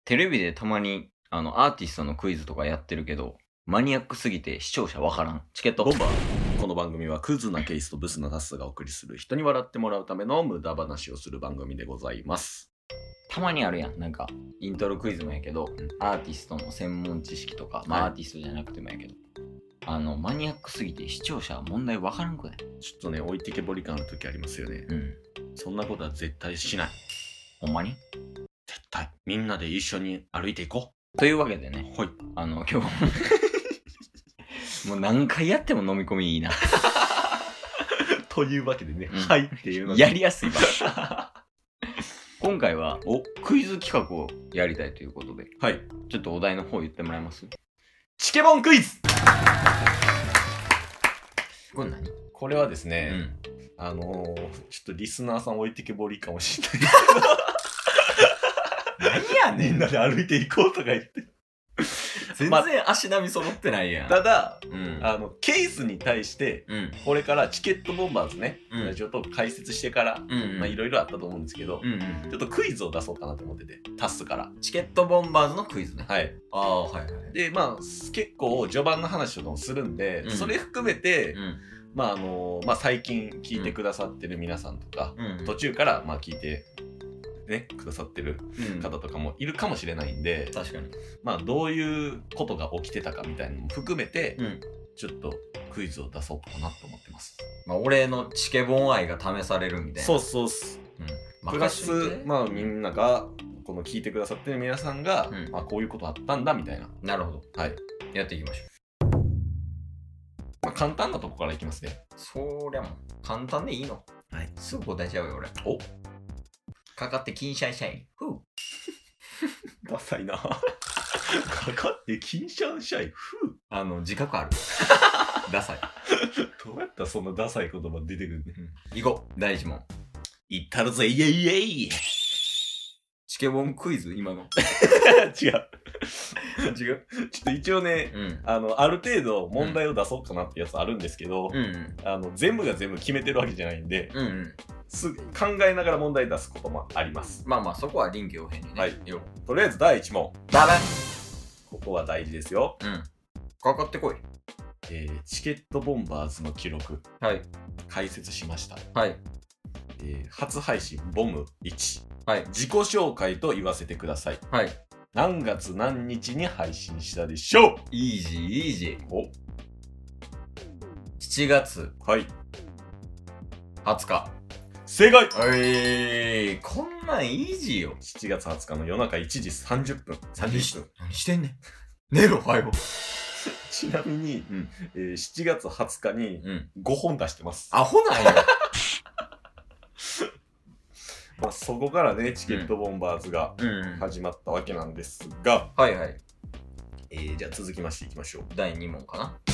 テレビでたまにアーティストのクイズとかやってるけど、マニアックすぎて視聴者わからん。チケットボンバー。この番組はクズなケースとブスなタスがお送りする人に笑ってもらうための無駄話をする番組でございます。 たまにあるやん。なんかイントロクイズもやけど、アーティストの専門知識とか、まあアーティストじゃなくてもやけど、マニアックすぎて視聴者は問題わからんくない？ ちょっとね、置いてけぼり感ある時ありますよね。そんなことは絶対しない。 ほんまに？ 絶対。みんなで一緒に歩いていこう。というわけでね、 はい。 今日もう何回やっても飲み込みいいな。 というわけでね、はいっていうのやりやすいわ。今回はクイズ企画をやりたいということで、 はい。 ちょっとお題の方言ってもらえます？ チケボンクイズ。 これ何？ これはですね、ちょっとリスナーさん置いてけぼりかもしれないですけど何やねん、みんなで歩いていこうとか言って全然足並み揃ってないやん。 ただ、ケースに対して、これからチケットボンバーズね、ラジオトーク解説してから、いろいろあったと思うんですけど、ちょっとクイズを出そうかなと思ってて、タスから。 チケットボンバーズのクイズね。 はい。 はい。 で、結構序盤の話とかもするんで、それ含めて、最近聞いてくださってる皆さんとか、途中から聞いて、ね、くださってる方とかもいるかもしれないんで、 確かに。 どういうことが起きてたかみたいなのも含めて、ちょっとクイズを出そうかなと思ってます。 俺のチケボン愛が試されるみたいな。 そうっす。プラス、みんなが、この聞いてくださってる皆さんが、こういうことあったんだみたいな。 なるほど。 はい。 やっていきましょう。簡単なとこからいきますね。 そりゃもう、簡単でいいの。 はい。 すぐ答えちゃうよ、俺。かかって金シャンシャイン。 ダサいな。かかって金シャンシャイン。 自覚ある。ダサい。 どうやったらそんなダサい言葉出てくるね。 行こう。第1問。 いったるぜ、イエイイエイ。 チケボンクイズ今の。 違う。ちょっと一応ね、ある程度問題を出そうかなってやつあるんですけど、全部が全部決めてるわけじゃないんで、考えながら問題出すこともあります。 そこは臨機応変にね。 はい。とりあえず第1問。ここは大事ですよ。 かかってこい。 チケットボンバーズの記録。 はい。 解説しました。 はい。 初配信ボム1。 はい。 自己紹介と言わせてください。 はい。 何月何日に配信したでしょう？ イージー。7月。 はい。 20日。 正解。 こんなんイージーよ。 7月20日の夜中1時30分。 何してんねん。寝ろ、早く。 ちなみに、7月20日に5本出してます。 アホなんや。 そこからね、チケットボンバーズが始まったわけなんですが、 はいはい。 じゃあ続きましていきましょう。 第2問かな。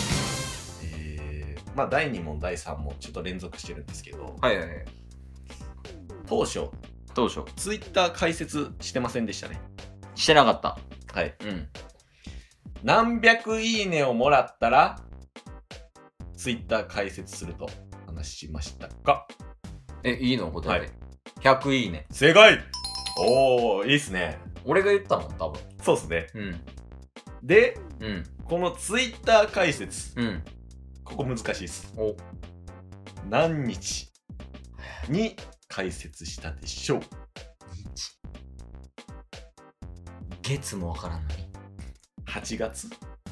第2問、第3問、ちょっと連続してるんですけど、 はい。 当初、ツイッター開設してませんでしたね。 してなかった。 はい。何百いいねをもらったら、ツイッター開設すると話しましたか？ いいの答えて。100いいね。 正解。いいっすね。 俺が言ったもん、多分。 そうっすね。で、このツイッター開設。ここ難しいっす。何日に開設したでしょう？ 月もわからんのに。 8月。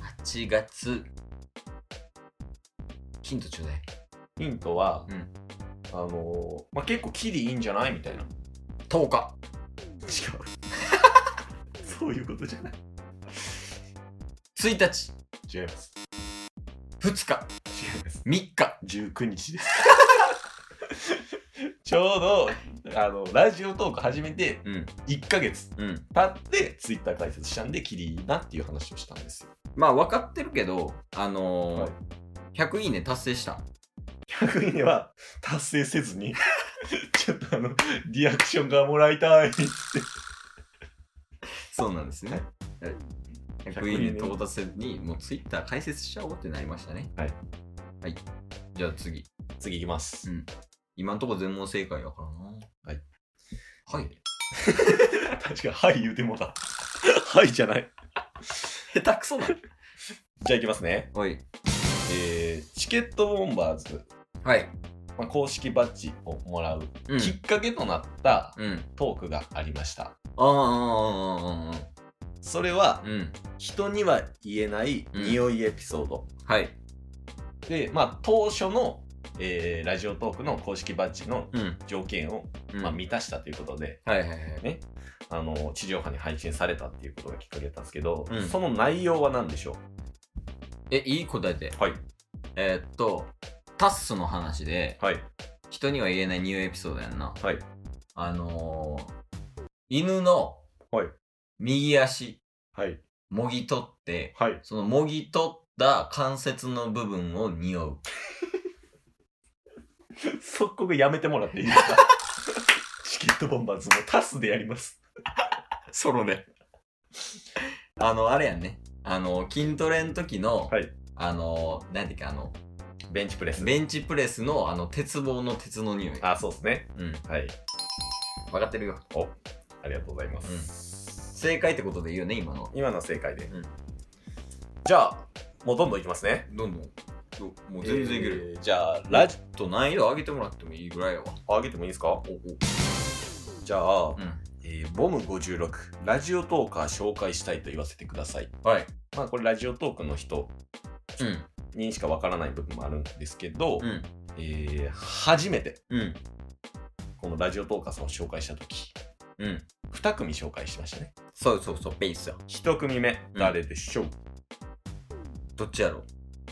ヒントちょうだい。 ヒントは、結構キリいいんじゃないみたいな。 10日。 違う。そういうことじゃない。 1日。 違います。 2日。 違います。 3日。 19日です。ちょうど、ラジオトーク始めて、1ヶ月経ってツイッター開設したんで、キリいいなっていう話をしたんですよ。 分かってるけど、100いいね達成した。 100いいねは達成せずに、ちょっとリアクションがもらいたいって。 そうなんですね。100いいね到達せずに、もうツイッター開設しちゃおうってなりましたね。はい。じゃあ次いきます。 今んとこ全問正解やからな。はい。 確かに、はい言うてもた。 はいじゃない。 下手くそな。 じゃあいきますね。 おい。 チケットボンバーズ。 はい。 まあ、公式バッジをもらうきっかけとなったトークがありました。それは、人には言えない匂いエピソード。 はい。 で、まあ、当初の、ラジオトークの公式バッジの条件を、まあ、満たしたということで、ね、地上波に配信されたっていうことがきっかけだったんですけど、その内容は何でしょう？ いい答えて。 はい。 タッスの話で、 はい。 人には言えないニューエピソードやんな。 はい。 犬の右足、 はい。 もぎ取って、 はい。 そのもぎ取った関節の部分を匂う。 即刻やめてもらっていいですか？チケットボンバーズもタスでやります。 ソロで。あれやんね。筋トレの時の、 はい。 なんていうか、 ベンチプレス。 ベンチプレスの、鉄棒の鉄の匂い。 あ、そうですね。はい。 分かってるよ。 お、ありがとうございます。 正解ってことでいいよね、今の。 今の正解で。じゃあ、もうどんどんいきますね。 どんどん。もう全然いける。 じゃあ、ラジと難易度上げてもらってもいいぐらいやわ。 上げてもいいですか？じゃあ、ボム56、ラジオトーカー紹介したいと言わせてください。 はい。 まあ、これラジオトークの人にしかわからない部分もあるんですけど、初めて、このラジオトーカーさんを紹介したとき、2組紹介しましたね。 そう、ベースよ。 1組目、誰でしょう？ どっちやろう？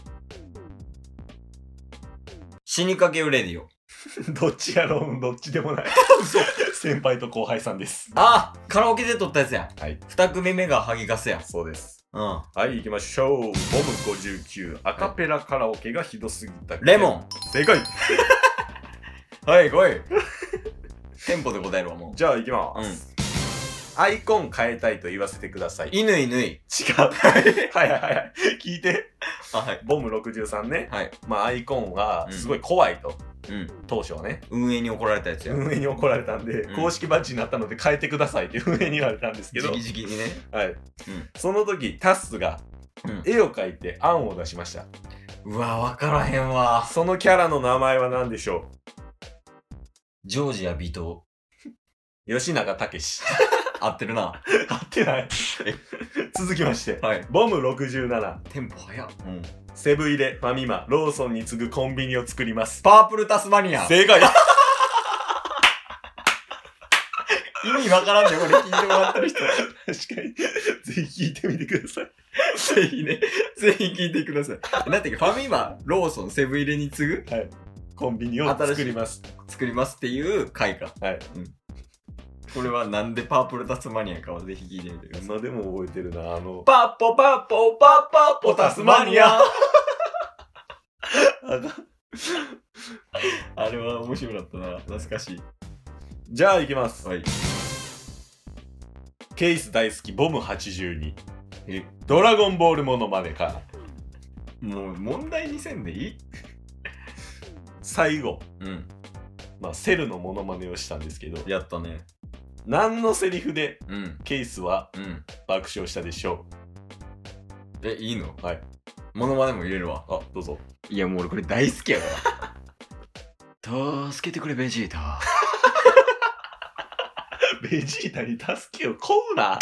死にかけるレディオ。 どっちやろう？どっちでもない。先輩と後輩さんです。 カラオケで撮ったやつや。 はい。 2組目がハギガスや。 そうです。はい、行きましょう。ボム59、アカペラカラオケがひどすぎた。 レモン。 正解。 はい、来い。テンポで答えるわ、もう。 じゃあ行きます。アイコン変えたいと言わせてください。 犬。違う。 はい。聞いて。 はい。 ボム63ね。 はい。 まあアイコンはすごい怖いと。当初はね。 運営に怒られたやつや。 運営に怒られたんで、公式バッジになったので変えてくださいって運営に言われたんですけど。 直々にね。 はい。その時、タスが絵を描いて案を出しました。 うわ、わからへんわ。 そのキャラの名前は何でしょう？ ジョージア微糖。 吉永武史。 合ってるな。 合ってない。続きまして、ボム67。 テンポ早っ。 セブン入れ、ファミマ、ローソンに次ぐコンビニを作ります。 パープルタスマニア。 正解。 意味わからんね、これ聞いてもらってる人。 確かに。ぜひ聞いてみてください。 ぜひね、ぜひ聞いてください。なんていうか、ファミマ、ローソン、セブン入れに次ぐコンビニを作ります。 作りますっていう回か。これはなんでパープルタスマニアかはぜひ聞いてみてください。 今でも覚えてるな、 パッポタスマニア。あれは面白かったな。懐かしい。 じゃあ行きます。 はい。 ケイス大好きボム82。ドラゴンボールモノマネか。 もう問題にせんでいい？ 最後。まあセルのモノマネをしたんですけど。 やったね。 何のセリフでケイスは爆笑したでしょう？いいの？ はい。 モノマネも入れるわ。 どうぞ。 いやもう俺これ大好きやから。助けてくれベジータ。 ベジータに助けを請うな。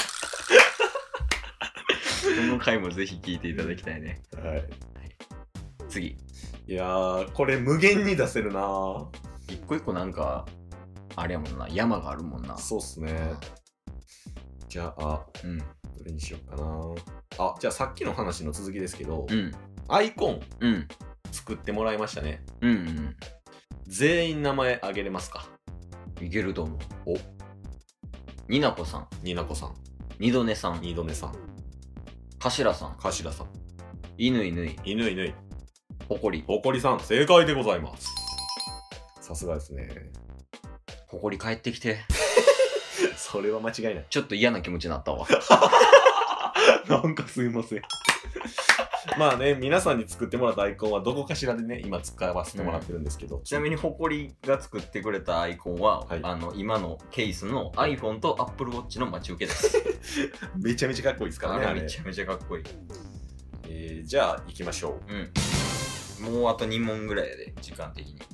この回もぜひ聞いていただきたいね。 はい。 次。 いやー、これ無限に出せるなー。 一個一個なんか、あれやもんな、山があるもんな。 そうっすね。じゃあ、どれにしようかな。じゃあさっきの話の続きですけど、アイコン、作ってもらいましたね。全員名前あげれますか？ いけると思う。になこさん。 になこさん。 にどねさん。 にどねさん。 かしらさん。 かしらさん。 いぬいぬい。 いぬいぬい。 ほこり。 ほこりさん、正解でございます。さすがですね。 ほこり帰ってきて。 それは間違いない。 ちょっと嫌な気持ちになったわ。 なんかすいません。まあね、皆さんに作ってもらったアイコンはどこかしらでね、今使わせてもらってるんですけど。 ちなみにほこりが作ってくれたアイコンは、今のケースの iPhone と Apple Watch の待ち受けです。 めちゃめちゃかっこいいですからね。 あれめちゃめちゃかっこいい。 じゃあ行きましょう。もうあと2問ぐらいやで、時間的に。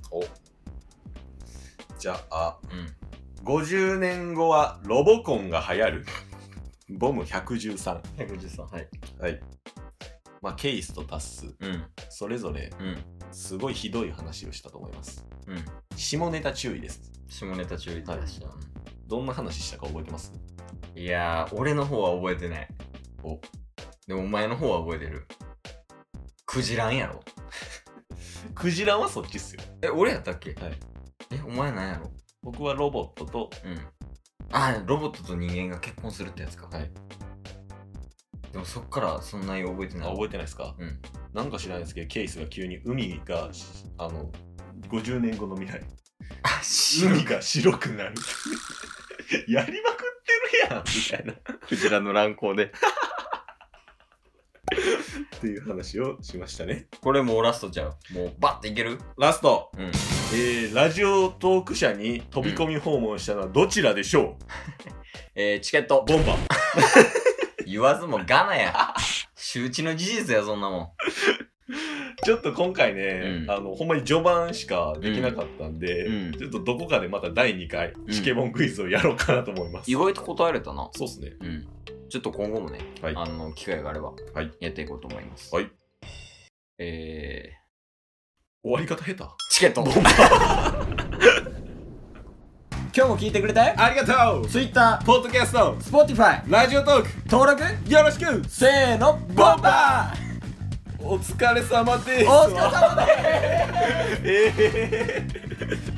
じゃあ、50年後はロボコンが流行る。ボム113。 113、はい。 はい。まあ、ケイスとタッス、それぞれ、すごいひどい話をしたと思います。下ネタ注意です。 下ネタ注意でした。 どんな話したか覚えてます？ いやー、俺の方は覚えてない。でもお前の方は覚えてる。クジランやろ。 クジランはそっちっすよ。 俺やったっけ？ はい。 お前なんやろ？ 僕はロボットと、 ロボットと人間が結婚するってやつか。 はい。 でもそっからそんなに覚えてない。 覚えてないですか？なんか知らないですけど、ケイスが急に海が、50年後の未来。海が白くなる。やりまくってるやんみたいな。 クジラの乱行で。 っていう話をしましたね。 これもうラストちゃう。もうバッていける？ ラスト。ラジオトーク社に飛び込み訪問したのはどちらでしょう？チケット。 ボンバー。 言わずもがなや。周知の事実や、そんなもん。 ちょっと今回ね、ほんまに序盤しかできなかったんで、ちょっとどこかでまた第2回、チケボンクイズをやろうかなと思います。 意外と答えれたな。 そうっすね。 ちょっと今後もね、機会があれば、やっていこうと思います。 はい。終わり方下手。 チケット。今日も聞いてくれてありがとう。 Twitter、 ポッドキャスト、 Spotify、 ラジオトーク登録よろしく。 せーの、ボンバー。 お疲れ様です。 お疲れ様です。